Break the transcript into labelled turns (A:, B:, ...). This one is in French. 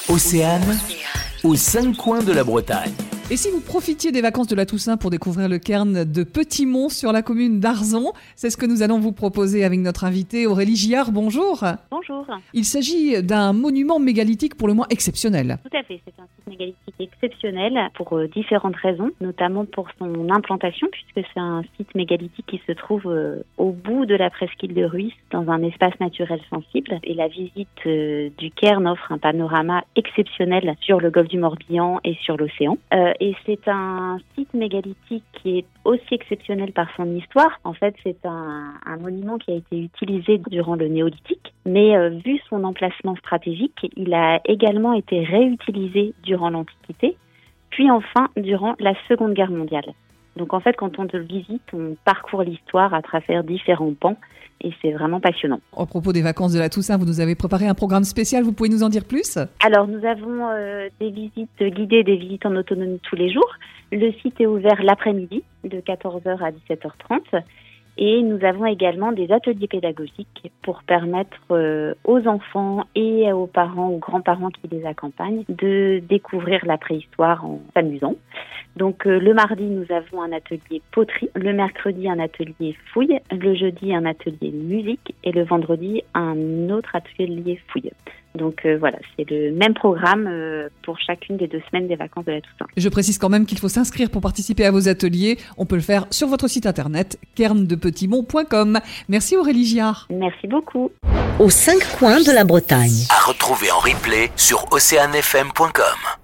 A: Océane, aux 5 coins de la Bretagne.
B: Et si vous profitiez des vacances de la Toussaint pour découvrir le cairn de Petit-Mont sur la commune d'Arzon, c'est ce que nous allons vous proposer avec notre invitée Aurélie Giard. Bonjour.
C: Bonjour.
B: Il s'agit d'un monument mégalithique pour le moins exceptionnel.
C: Tout à fait, c'est un site mégalithique exceptionnel pour différentes raisons, notamment pour son implantation, puisque c'est un site mégalithique qui se trouve au bout de la presqu'île de Rhuys, dans un espace naturel sensible. Et la visite du cairn offre un panorama exceptionnel sur le golfe du Morbihan et sur l'océan. Et c'est un site mégalithique qui est aussi exceptionnel par son histoire. En fait, c'est un monument qui a été utilisé durant le néolithique, mais vu son emplacement stratégique, il a également été réutilisé durant l'Antiquité, puis enfin durant la Seconde Guerre mondiale. Donc en fait, quand on le visite, on parcourt l'histoire à travers différents pans et c'est vraiment passionnant.
B: À propos des vacances de la Toussaint, vous nous avez préparé un programme spécial, vous pouvez nous en dire plus ?
C: Alors nous avons des visites guidées, des visites en autonomie tous les jours. Le site est ouvert l'après-midi de 14h à 17h30 et nous avons également des ateliers pédagogiques pour permettre aux enfants et aux parents ou grands-parents qui les accompagnent de découvrir la préhistoire en s'amusant. Donc le mardi, nous avons un atelier poterie, le mercredi un atelier fouille, le jeudi un atelier musique et le vendredi un autre atelier fouille. Donc voilà, c'est le même programme pour chacune des 2 semaines des vacances de la Toussaint.
B: Je précise quand même qu'il faut s'inscrire pour participer à vos ateliers. On peut le faire sur votre site internet cairndepetitmont.com. Merci Aurélie Giard.
C: Merci beaucoup.
D: Aux 5 coins de la Bretagne.
A: À retrouver en replay sur oceanfm.com.